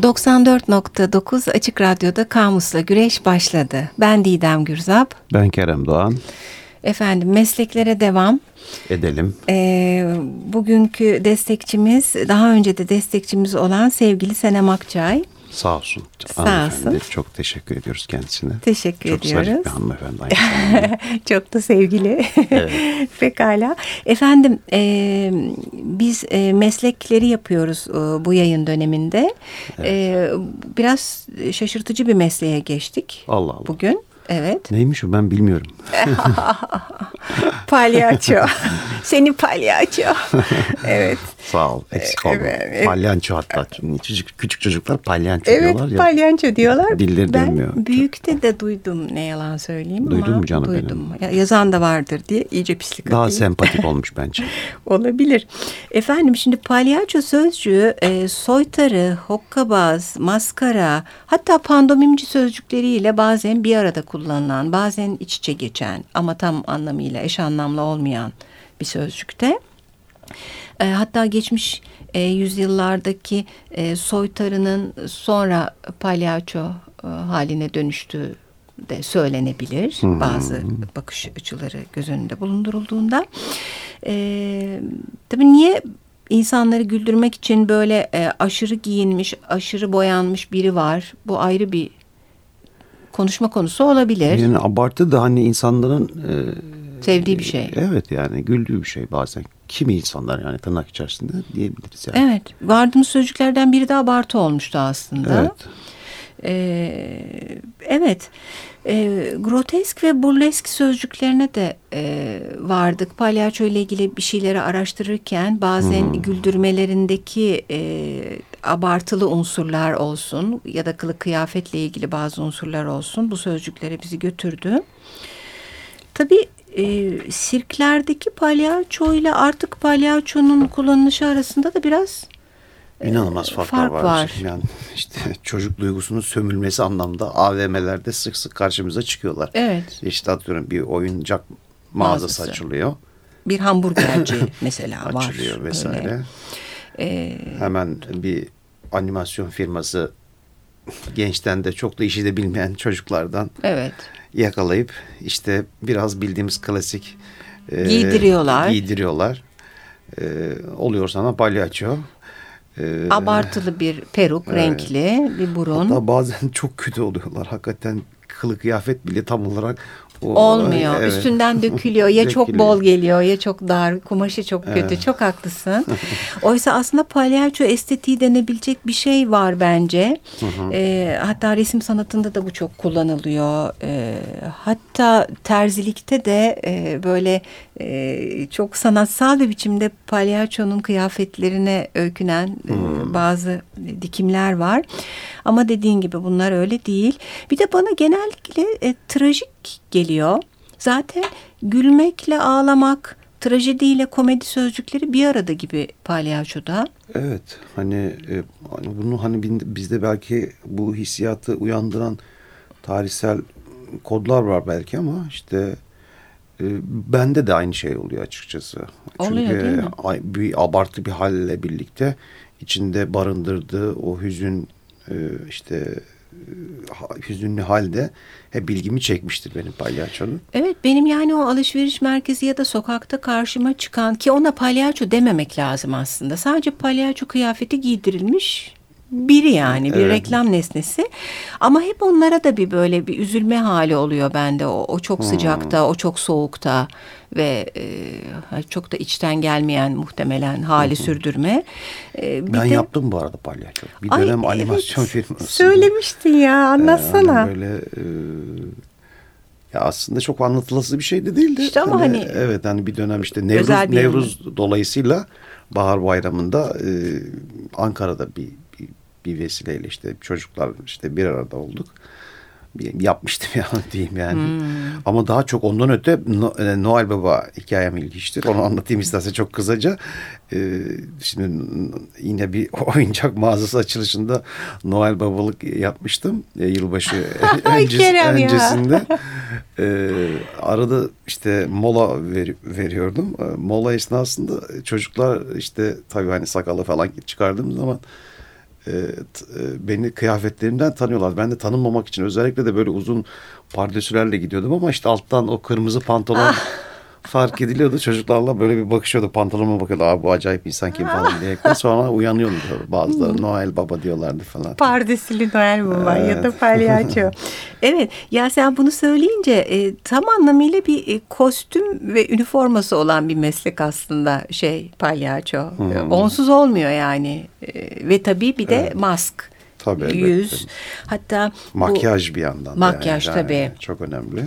94.9 Açık Radyo'da Kamus'la Güreş başladı. Ben Didem Gürzap. Ben Kerem Doğan. Efendim, mesleklere devam edelim. Bugünkü destekçimiz, daha önce de destekçimiz olan sevgili Senem Akçay. Sağ olsun. Sağ olsun. Çok teşekkür ediyoruz kendisine. Teşekkür ediyoruz. Çok zarif bir hanımefendi aynı zamanda. Çok da sevgili. Evet. Pekala. Efendim, biz meslekleri yapıyoruz bu yayın döneminde. Evet. Biraz şaşırtıcı bir mesleğe geçtik. Allah Allah. Bugün. Evet. Neymiş o, ben bilmiyorum. Palyaço. Seni palyaço. Evet. Sağ ol. Eksik olma. Evet. Palyanço hatta. Küçük çocuklar palyanço diyorlar ya. Evet, palyanço diyorlar. Dilleri dönmüyor. Ben büyükte de duydum, ne yalan söyleyeyim. Duydun ama mu canım duydum. benim? Yazan da vardır diye iyice pislik Daha atayım. sempatik olmuş bence. Olabilir. Efendim, şimdi palyaço sözcüğü soytarı, hokkabaz, maskara, hatta pandomimci sözcükleriyle bazen bir arada kullanılan, bazen iç içe geçen ama tam anlamıyla eş anlamlı olmayan bir sözcükte. Hatta geçmiş yüzyıllardaki soytarının sonra palyaço haline dönüştüğü de söylenebilir. Bazı bakış açıları göz önünde bulundurulduğunda. Tabii niye insanları güldürmek için böyle aşırı giyinmiş, aşırı boyanmış biri var? Bu ayrı bir konuşma konusu olabilir. Yani abartı da hani insanların sevdiği bir şey. Evet, yani güldüğü bir şey bazen. Kimi insanlar, yani tırnak içerisinde diyebiliriz yani. Evet. Vardığımız sözcüklerden biri de abartı olmuştu aslında. Evet. Evet. Grotesk ve burlesk sözcüklerine de vardık. Palyaço ile ilgili bir şeyleri araştırırken bazen güldürmelerindeki abartılı unsurlar olsun ya da kılık kıyafetle ilgili bazı unsurlar olsun, bu sözcüklere bizi götürdü. Tabii sirklerdeki palyaço ile artık palyaçonun kullanılışı arasında da biraz İnanılmaz farklar var. Yani işte çocuk duygusunun sömürülmesi anlamda AVM'lerde sık sık karşımıza çıkıyorlar. Evet. İşte atıyorum, bir oyuncak mağazası açılıyor. Bir hamburgerci mesela var. Açılıyor vesaire. Hemen bir animasyon firması gençten de çok da işi de bilmeyen çocuklardan yakalayıp işte biraz bildiğimiz klasik giydiriyorlar. Oluyor sana palyaço. Abartılı bir peruk, renkli bir burun. Hatta bazen çok kötü oluyorlar. Hakikaten kılık kıyafet bile tam olarak olmuyor. Evet. Üstünden dökülüyor. Ya çok bol geliyor ya çok dar. Kumaşı çok kötü. Evet. Çok haklısın. Oysa aslında palyaço estetiği denebilecek bir şey var bence. Hatta resim sanatında da bu çok kullanılıyor. Hatta terzilikte de böyle çok sanatsal bir biçimde palyaçonun kıyafetlerine öykünen bazı dikimler var. Ama dediğin gibi bunlar öyle değil. Bir de bana genellikle trajik geliyor. Zaten gülmekle ağlamak, trajediyle komedi sözcükleri bir arada gibi palyaçoda. Evet, hani bunu hani bizde belki bu hissiyatı uyandıran tarihsel kodlar var belki, ama işte bende de aynı şey oluyor açıkçası. Oluyor, çünkü değil mi? Bir abartı bir halle birlikte içinde barındırdığı o hüzün, işte hüzünlü halde hep ilgimi çekmiştir benim palyaçonun. Evet, benim yani o alışveriş merkezi ya da sokakta karşıma çıkan, ki ona palyaço dememek lazım aslında. Sadece palyaço kıyafeti giydirilmiş biri, yani bir reklam nesnesi. Ama hep onlara da bir böyle bir üzülme hali oluyor bende. O çok sıcakta, o çok soğukta ve çok da içten gelmeyen muhtemelen hali sürdürme. Ben yaptım bu arada palyaço. Bir dönem animasyon firması. Söylemiştin ya, anlatsana. Böyle ya aslında çok anlatılası bir şey de değildi. İşte ama hani evet, hani bir dönem işte Nevruz dolayısıyla bahar bayramında Ankara'da bir vesileyle işte çocuklar işte bir arada olduk. Yapmıştım ya diyeyim yani. Ama daha çok ondan öte Noel Baba hikayem ilginçtir. Onu anlatayım istersen çok kısaca. Şimdi yine bir oyuncak mağazası açılışında Noel Babalık yapmıştım. Yılbaşı öncesinde. Arada işte mola veriyordum. Mola esnasında çocuklar işte tabii hani sakalı falan çıkardığım zaman beni kıyafetlerimden tanıyorlar. Ben de tanınmamak için özellikle de böyle uzun pardösülerle gidiyordum ama işte alttan o kırmızı pantolon fark ediliyordu. Çocuklarla böyle bir bakışıyordu. Pantolonuma bakıyordu. Aa, bu acayip insan kim falan diye. Sonra uyanıyordu bazıları. Noel Baba diyorlardı falan. Pardesili Noel Baba ya da palyaço. Evet. Ya sen bunu söyleyince tam anlamıyla bir kostüm ve üniforması olan bir meslek aslında palyaço. Onsuz olmuyor yani. Ve tabii bir de mask. Tabii, yüz. Evet. Hatta makyaj bir yandan. Makyaj yani, tabii. Çok önemli.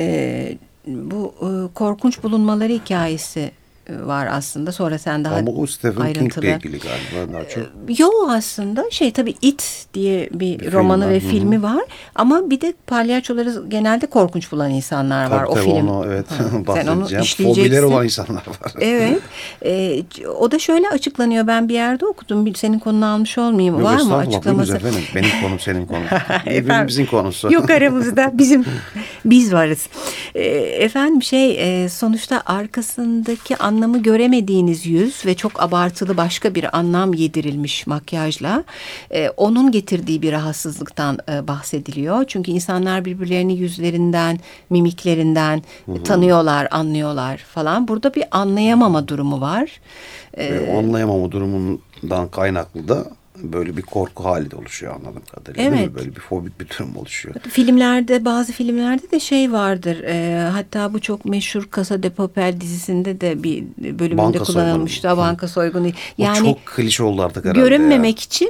Bu korkunç bulunmaları hikayesi var aslında. Sonra sen daha ama o Stephen ayrıntılı. King'le ilgili galiba daha çok. Yok aslında tabii It diye bir romanı ve filmi var. Ama bir de palyaçoları genelde korkunç bulan insanlar var. Tabii, o film. onu Sen onu işleyeceksin. Fobileri olan insanlar var. Evet. O da şöyle açıklanıyor. Ben bir yerde okudum. Senin konunu almış olmayayım. Yok, var mı açıklaması? Efendim. Benim konum senin konun. Birbirimizin konusu. Yok aramızda. Biz varız. Efendim sonuçta arkasındaki anlamı göremediğiniz yüz ve çok abartılı başka bir anlam yedirilmiş makyajla onun getirdiği bir rahatsızlıktan bahsediliyor. Çünkü insanlar birbirlerini yüzlerinden, mimiklerinden tanıyorlar, anlıyorlar falan. Burada bir anlayamama durumu var. O anlayamama durumundan kaynaklı da böyle bir korku hali de oluşuyor anladığım kadarıyla. Evet. Değil mi? Böyle bir fobik bir durum oluşuyor. Bazı filmlerde de vardır. Hatta bu çok meşhur Casa de Papel dizisinde de bir bölümünde kullanılmıştı. Banka soygunu. Yani o çok klişe oldu artık herhalde. Görünmemek için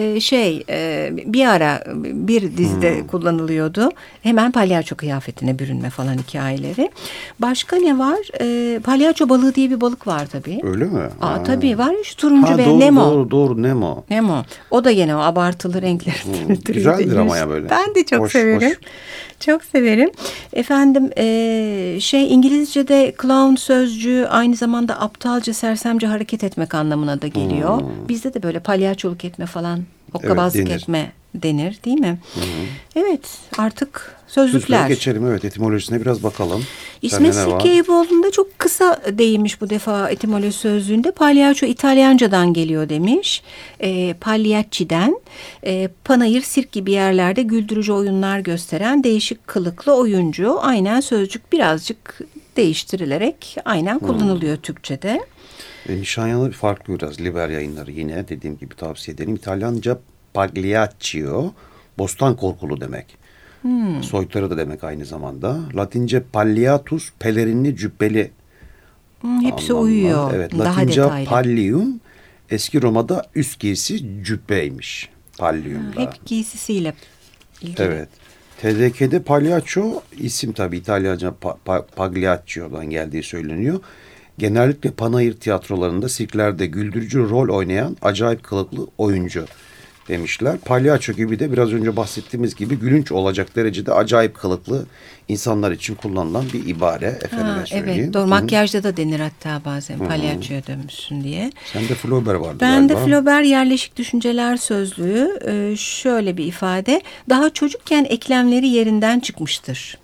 bir ara bir dizide kullanılıyordu. Hemen palyaço kıyafetine bürünme falan hikayeleri. Başka ne var? Palyaço balığı diye bir balık var tabii. Öyle mi? Tabii var ya şu turuncu ve Nemo. Doğru Nemo. O da yine o abartılı renkleri. Güzeldir ama ya böyle. Ben de çok severim. Hoş. Çok severim. Efendim İngilizce'de clown sözcüğü aynı zamanda aptalca, sersemce hareket etmek anlamına da geliyor. Bizde de böyle palyaçoluk etme falan, hokkabazlık etme denir değil mi? Evet, artık sözlükler. Geçelim, etimolojisine biraz bakalım. İsmet Sirkeyboğlu'nda çok kısa değinmiş bu defa etimoloji sözlüğünde. Palyaço İtalyancadan geliyor demiş. Pagliacci'den. Panayır, sirk gibi yerlerde güldürücü oyunlar gösteren değişik kılıklı oyuncu. Aynen sözcük birazcık değiştirilerek aynen kullanılıyor Türkçe'de. Nişanyalı farklı biraz. Liber Yayınları yine dediğim gibi tavsiye edelim. İtalyanca Pagliaccio, bostan korkulu demek. Soytarı da demek aynı zamanda. Latince palliatus, pelerinli, cübbeli. Hepsi uyuyor. Evet, Latince pallium, eski Roma'da üst giysi cübbeymiş. Pallium'da. Hep giysisiyle ilgili. Evet. TDK'de palyaço isim tabii İtalyanca Pagliaccio'dan geldiği söyleniyor. Genellikle panayır tiyatrolarında, sirklerde güldürücü rol oynayan acayip kılıklı oyuncu demişler. Palyaço gibi de biraz önce bahsettiğimiz gibi gülünç olacak derecede acayip kılıklı insanlar için kullanılan bir ibare. Efendime söyleyeyim. Evet, doğru. Makyajda da denir hatta bazen palyaçoya dönmüşsün diye. Sende Flaubert vardı galiba. Bende Flaubert yerleşik düşünceler sözlüğü şöyle bir ifade. Daha çocukken eklemleri yerinden çıkmıştır.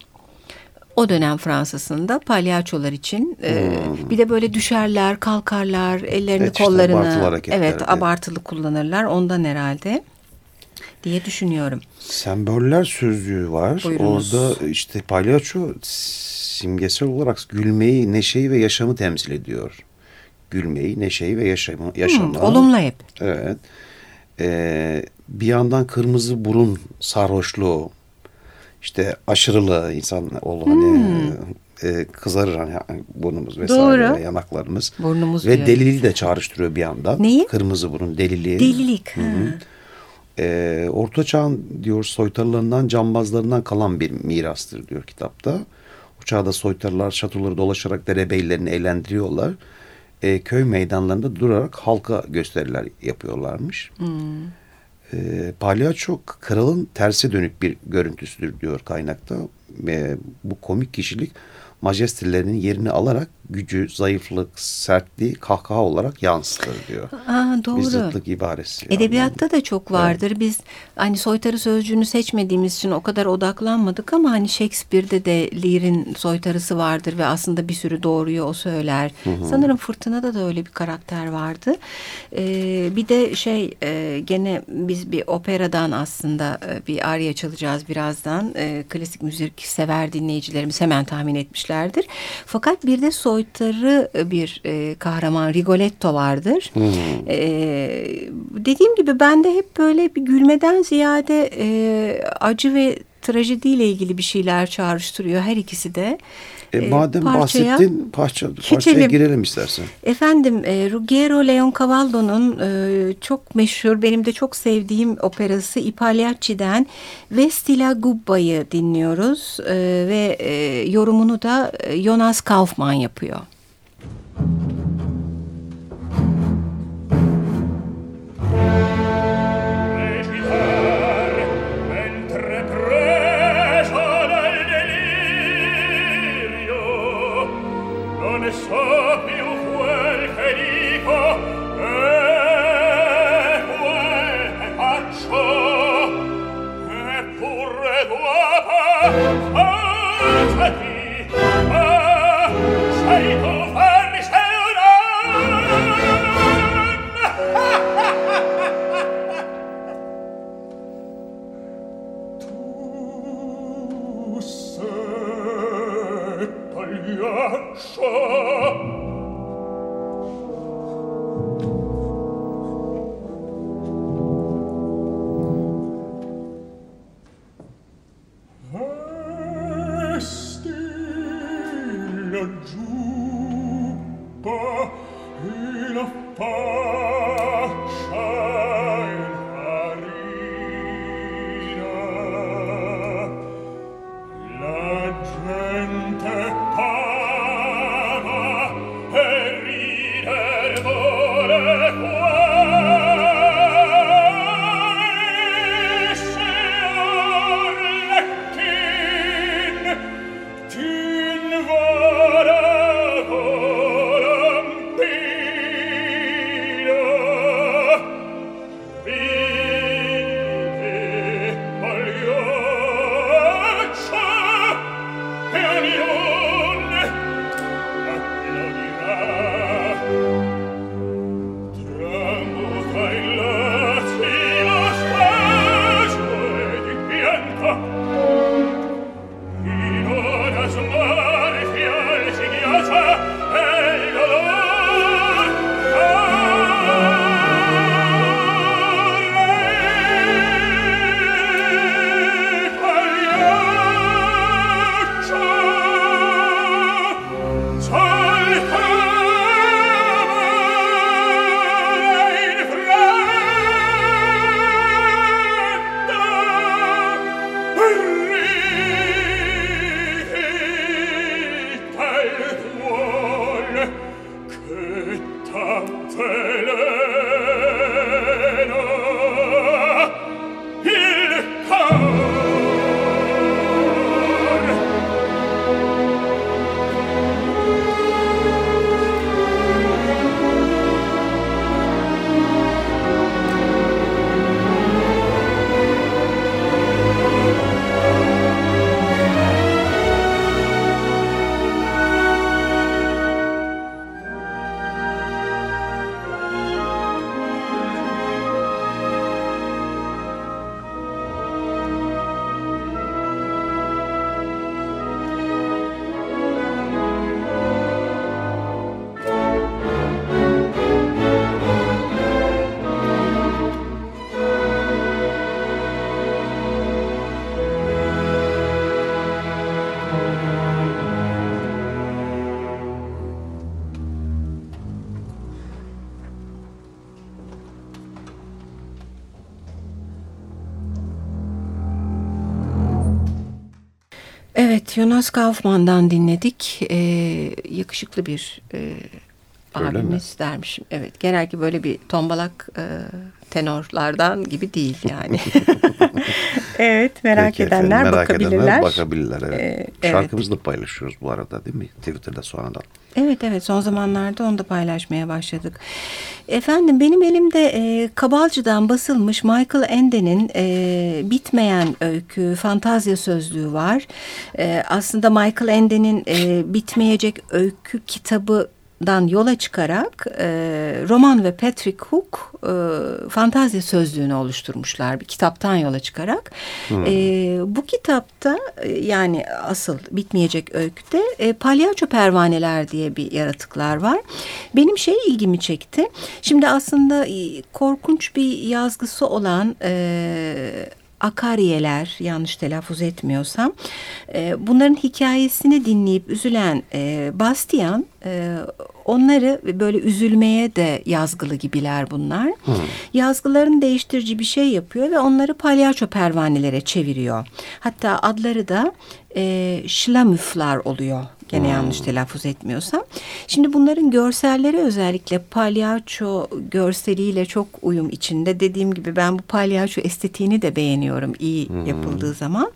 O dönem Fransa'sında palyaçolar için bir de böyle düşerler, kalkarlar, ellerini kollarını abartılı kullanırlar. Ondan herhalde diye düşünüyorum. Semboller sözlüğü var. Buyurunuz. Orada işte palyaço simgesel olarak gülmeyi, neşeyi ve yaşamı temsil ediyor. Gülmeyi, neşeyi ve yaşamı. Olumlu hep. Evet. Bir yandan kırmızı burun sarhoşluğu, İşte aşırılığı insan kızarır burnumuz vesaire. Doğru. Yanaklarımız. Burnumuz ve deliliği de çağrıştırıyor bir yandan. Neyi? Kırmızı burun, deliliği. Delilik. Orta Çağ'ın diyor soytarılarından, cambazlarından kalan bir mirastır diyor kitapta. O çağda soytarılar şatoları dolaşarak derebeylerini eğlendiriyorlar. Köy meydanlarında durarak halka gösteriler yapıyorlarmış. Palyaço kralın terse dönük bir görüntüsüdür diyor kaynakta. Bu komik kişilik majestelerinin yerini alarak gücü, zayıflık, sertliği kahkaha olarak yansıtır diyor. Doğru. Bir zıtlık ibaresi. Edebiyatta da çok vardır. Evet. Biz hani soytarı sözcüğünü seçmediğimiz için o kadar odaklanmadık ama hani Shakespeare'de de Lear'in soytarısı vardır ve aslında bir sürü doğruyu o söyler. Sanırım Fırtına'da da öyle bir karakter vardı. Bir de gene biz bir operadan aslında bir arya çalacağız birazdan. Klasik müzik sever dinleyicilerimiz hemen tahmin etmişlerdir. Fakat bir de soytarı bir kahraman Rigoletto vardır. Dediğim gibi bende hep böyle bir gülmeden ziyade acı ve trajediyle ilgili bir şeyler çağrıştırıyor her ikisi de. Madem bahsettin parçaya girelim istersen. Efendim Ruggiero Leoncavallo'nun çok meşhur, benim de çok sevdiğim operası I Pagliacci'den Vesti la Gubba'yı dinliyoruz ve yorumunu da Jonas Kaufmann yapıyor. Evet, Jonas Kaufmann'dan dinledik. Yakışıklı bir abimiz dermişim. Evet, genellikle böyle bir tombalak tenorlardan gibi değil yani. Evet, merak edenler bakabilirler. Evet. Şarkımızı da paylaşıyoruz bu arada, değil mi? Twitter'da sonradan. Evet, son zamanlarda onu da paylaşmaya başladık. Efendim, benim elimde Kabalcı'dan basılmış Michael Ende'nin Bitmeyen Öykü, Fantazya Sözlüğü var. Aslında Michael Ende'nin Bitmeyecek Öykü kitabından yola çıkarak Roman ve Patrick Hook Fantazya Sözlüğü'nü oluşturmuşlar, bir kitaptan yola çıkarak. Bu kitapta yani asıl Bitmeyecek Öykü'de palyaço pervaneler diye bir yaratıklar var. Benim ilgimi çekti. Şimdi aslında korkunç bir yazgısı olan Akariyeler, yanlış telaffuz etmiyorsam, bunların hikayesini dinleyip üzülen Bastian, onları böyle üzülmeye de yazgılı gibiler bunlar. Yazgılarını değiştirici bir şey yapıyor ve onları palyaço pervanelere çeviriyor. Hatta adları da Şlamüfler oluyor. Gene yanlış telaffuz etmiyorsam. Şimdi bunların görselleri özellikle palyaço görseliyle çok uyum içinde. Dediğim gibi ben bu palyaço estetiğini de beğeniyorum iyi yapıldığı zaman.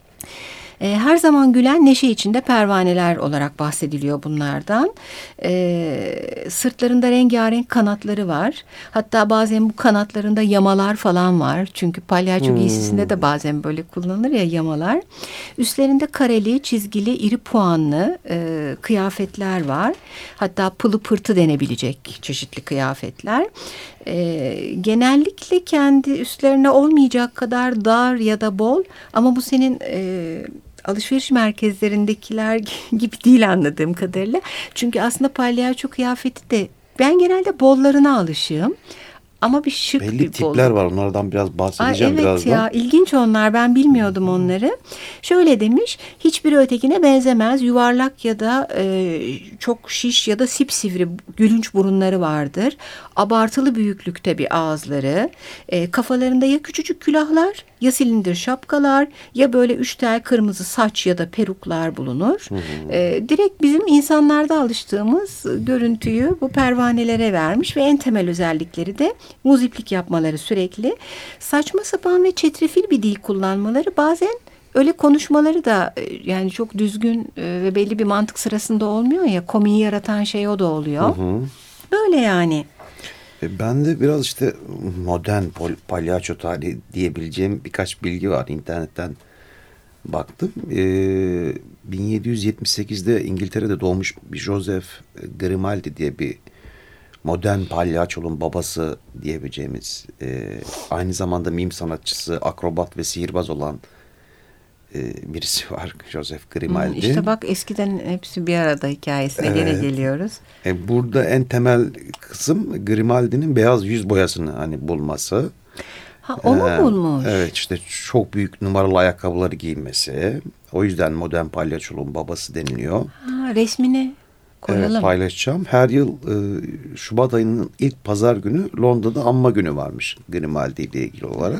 Her zaman gülen, neşe içinde pervaneler olarak bahsediliyor bunlardan. Sırtlarında rengarenk kanatları var. Hatta bazen bu kanatlarında yamalar falan var. Çünkü palyaço giysisinde de bazen böyle kullanılır ya yamalar. Üstlerinde kareli, çizgili, iri puanlı kıyafetler var. Hatta pılı pırtı denebilecek çeşitli kıyafetler. Genellikle kendi üstlerine olmayacak kadar dar ya da bol, ama bu senin alışveriş merkezlerindekiler gibi değil anladığım kadarıyla. Çünkü aslında palyaço kıyafeti de ben genelde bollarına alışığım. Ama bir şık belli bir tipler var. Onlardan biraz bahsedeceğim evet birazdan. Evet ya, ilginç onlar. Ben bilmiyordum onları. Şöyle demiş: hiçbiri ötekine benzemez. Yuvarlak ya da çok şiş ya da sipsivri gülünç burunları vardır. Abartılı büyüklükte bir ağızları. Kafalarında ya küçücük külahlar, ya silindir şapkalar, ya böyle 3 tel kırmızı saç ya da peruklar bulunur. Direkt bizim insanlarda alıştığımız görüntüyü bu pervanelere vermiş ve en temel özellikleri de muziplik yapmaları sürekli. Saçma sapan ve çetrefil bir dil kullanmaları, bazen öyle konuşmaları da yani çok düzgün ve belli bir mantık sırasında olmuyor ya, komiği yaratan şey o da oluyor. Böyle yani. Ben de biraz işte modern palyaço tarihi diyebileceğim birkaç bilgi var. İnternetten baktım. 1778'de İngiltere'de doğmuş bir Joseph Grimaldi diye bir modern palyaçolun babası diyebileceğimiz, aynı zamanda mim sanatçısı, akrobat ve sihirbaz olan birisi var, Joseph Grimaldi. İşte bak, eskiden hepsi bir arada hikayesine gene geliyoruz. Burada en temel kısım Grimaldi'nin beyaz yüz boyasını hani bulması. O mu bulmuş? Evet, işte çok büyük numaralı ayakkabıları giyinmesi. O yüzden modern palyaçolun babası deniliyor. Resmini koyalım. Evet, paylaşacağım. Her yıl Şubat ayının ilk pazar günü Londra'da anma günü varmış Grimaldi ile ilgili olarak.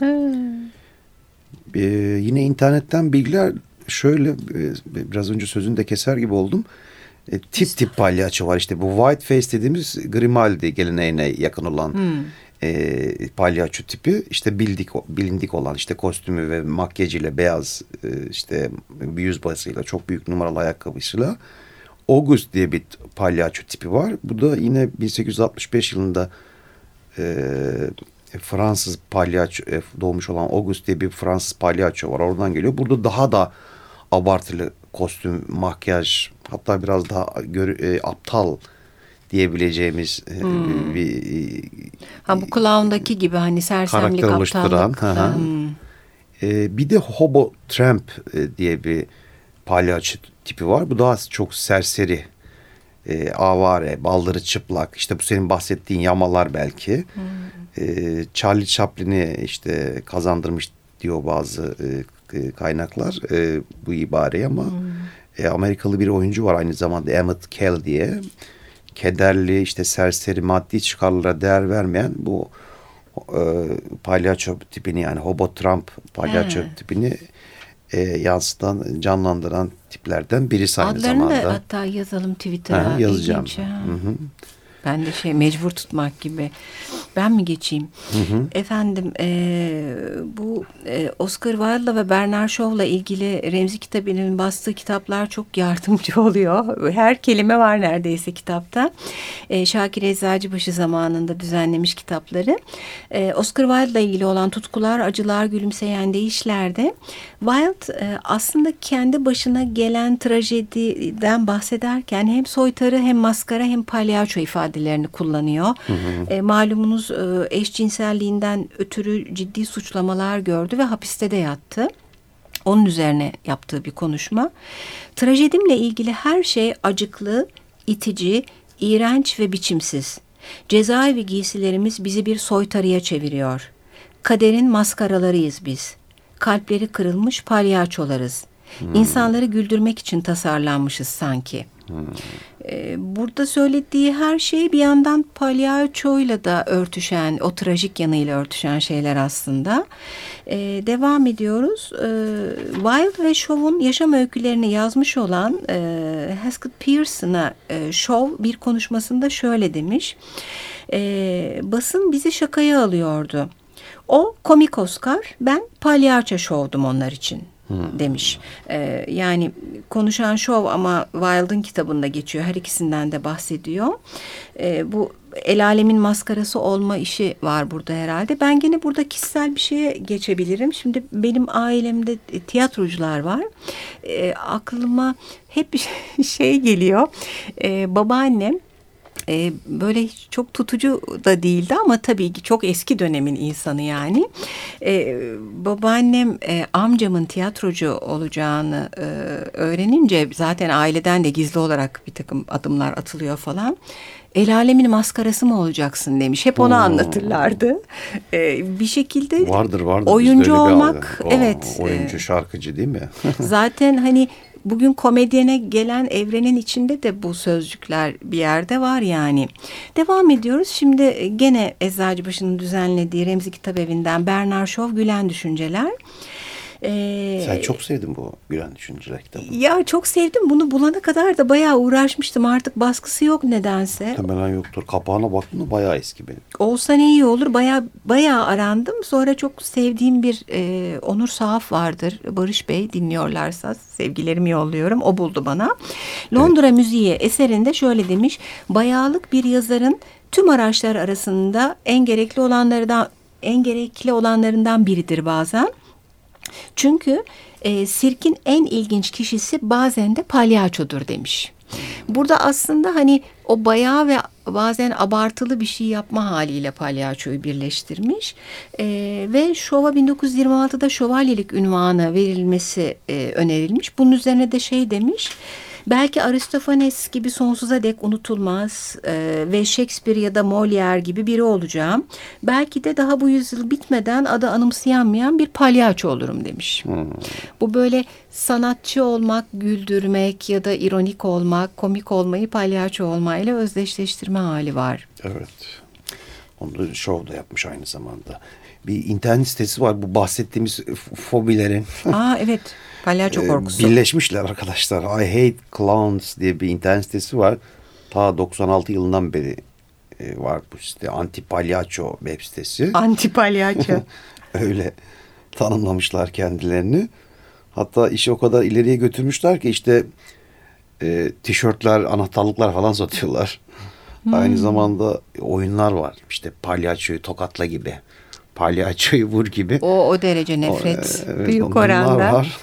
Yine internetten bilgiler şöyle, biraz önce sözünü de keser gibi oldum. Tip palyaço var. İşte bu white face dediğimiz Grimaldi geleneğine yakın olan palyaço tipi. İşte bilindik olan işte kostümü ve makyajıyla, beyaz işte bir yüz boyasıyla, çok büyük numaralı ayakkabısıyla. August diye bir palyaço tipi var. Bu da yine 1865 yılında Fransız palyaço doğmuş olan August diye bir Fransız palyaço var. Oradan geliyor. Burada daha da abartılı kostüm, makyaj, hatta biraz daha aptal diyebileceğimiz bir bu clown'daki gibi hani sersemlik, aptallık. Bir de Hobo Tramp diye bir palyaço tipi var. Bu daha çok serseri, avare, baldırı çıplak. İşte bu senin bahsettiğin yamalar belki. Charlie Chaplin'i işte kazandırmış diyor bazı kaynaklar bu ibareyi, ama Amerikalı bir oyuncu var aynı zamanda, Emmett Kell diye. Kederli, işte serseri, maddi çıkarlara değer vermeyen bu palyaço tipini, yani Hobo Tramp palyaço tipini yansıtan, canlandıran tiplerden birisi aynı zamanda. Adlarını da hatta yazalım Twitter'a. Yazacağım. Ben de mecbur tutmak gibi. Ben mi geçeyim? Efendim bu Oscar Wilde'la ve Bernard Shaw'la ilgili Remzi Kitabevi'nin bastığı kitaplar çok yardımcı oluyor. Her kelime var neredeyse kitapta. Şakir Eczacıbaşı zamanında düzenlemiş kitapları. Oscar Wilde'la ilgili olan Tutkular, Acılar, Gülümseyen Değişler'de Wilde aslında kendi başına gelen trajediden bahsederken hem soytarı hem maskara hem palyaço ifadelerini kullanıyor. Malumunuz eşcinselliğinden ötürü ciddi suçlamalar gördü ve hapiste de yattı. Onun üzerine yaptığı bir konuşma. Trajedimle ilgili her şey acıklı, itici, iğrenç ve biçimsiz. Cezaevi giysilerimiz bizi bir soytarıya çeviriyor. Kaderin maskaralarıyız biz. Kalpleri kırılmış palyaçolarız. İnsanları güldürmek için tasarlanmışız sanki. Burada söylediği her şey bir yandan palyaçoyla da örtüşen, o trajik yanıyla örtüşen şeyler aslında. Devam ediyoruz. Wilde ve Shaw'un yaşam öykülerini yazmış olan Haskell Pearson'a Shaw bir konuşmasında şöyle demiş. Basın bizi şakaya alıyordu. O komik Oscar, ben palyaço Shaw'dum onlar için. Demiş. Yani konuşan Shaw ama Wilde'ın kitabında geçiyor. Her ikisinden de bahsediyor. Bu el alemin maskarası olma işi var burada herhalde. Ben gene burada kişisel bir şeye geçebilirim. Şimdi benim ailemde tiyatrocular var. Aklıma hep bir şey geliyor. Babaannem böyle çok tutucu da değildi ama tabii ki çok eski dönemin insanı yani. Babaannem amcamın tiyatrocu olacağını öğrenince zaten aileden de gizli olarak bir takım adımlar atılıyor falan. El alemin maskarası mı olacaksın demiş. Hep onu anlatırlardı. Bir şekilde vardır oyuncu olmak, evet. Oyuncu, şarkıcı değil mi? Zaten hani bugün komedyene gelen evrenin içinde de bu sözcükler bir yerde var yani. Devam ediyoruz. Şimdi gene Eczacıbaşı'nın düzenlediği Remzi Kitabevi'nden Bernard Shaw Gülen Düşünceler. Sen çok sevdin bu Gülen Düşünceler kitabını. Ya çok sevdim. Bunu bulana kadar da bayağı uğraşmıştım. Artık baskısı yok nedense. Hemen yoktur. Kapağına baktım da bayağı eski benim. Olsa ne iyi olur. Bayağı arandım. Sonra çok sevdiğim bir Onur Sahaf vardır. Barış Bey dinliyorlarsa sevgilerimi yolluyorum. O buldu bana. Londra Müziği eserinde şöyle demiş. Bayağılık bir yazarın tüm araçlar arasında en gerekli olanlarından biridir bazen. Çünkü sirkin en ilginç kişisi bazen de palyaçodur demiş. Burada aslında hani o bayağı ve bazen abartılı bir şey yapma haliyle palyaçoyu birleştirmiş. Ve Shaw'a 1926'da şövalyelik unvanı verilmesi önerilmiş. Bunun üzerine de şey demiş. Belki Aristofanes gibi sonsuza dek unutulmaz ve Shakespeare ya da Molière gibi biri olacağım. Belki de daha bu yüzyıl bitmeden adı anımsayanmayan bir palyaço olurum demiş. Bu böyle sanatçı olmak, güldürmek ya da ironik olmak, komik olmayı palyaço olmayla özdeşleştirme hali var. Evet. Onu da Shaw da yapmış aynı zamanda. Bir internet sitesi var bu bahsettiğimiz fobilerin. Evet. Palyaço korkusu. Birleşmişler arkadaşlar. I Hate Clowns diye bir internet sitesi var. Ta 96 yılından beri var bu site. Anti Palyaço web sitesi. Anti Palyaço. Öyle tanımlamışlar kendilerini. Hatta işi o kadar ileriye götürmüşler ki işte tişörtler, anahtarlıklar falan satıyorlar. Aynı zamanda oyunlar var. İşte palyaçoyu tokatla gibi. Palyaçoyu vur gibi. O derece nefret. Büyük oranda. Var.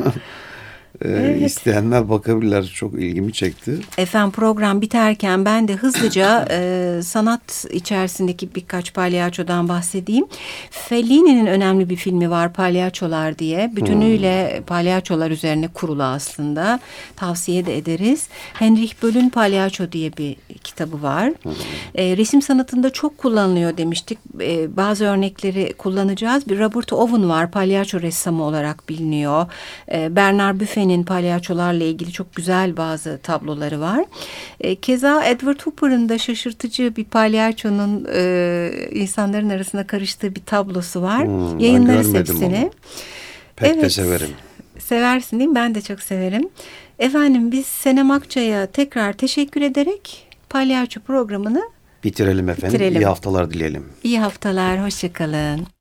Evet. İsteyenler bakabilirler. Çok ilgimi çekti. Efendim program biterken ben de hızlıca sanat içerisindeki birkaç palyaçodan bahsedeyim. Fellini'nin önemli bir filmi var Palyaçolar diye. Bütünüyle palyaçolar üzerine kurulu aslında. Tavsiye de ederiz. Heinrich Böll'ün Palyaço diye bir kitabı var. Resim sanatında çok kullanılıyor demiştik. Bazı örnekleri kullanacağız. Bir Robert Owen var. Palyaço ressamı olarak biliniyor. Bernard Buffet'in palyaçolarla ilgili çok güzel bazı tabloları var. Keza Edward Hooper'ın da şaşırtıcı bir palyaçonun insanların arasına karıştığı bir tablosu var. Yayınlarız hepsini. Onu. Pek de severim. Seversin değil mi? Ben de çok severim. Efendim biz Senem Akçay'a tekrar teşekkür ederek palyaço programını Bitirelim efendim. İyi haftalar dileyelim. İyi haftalar, hoşça kalın.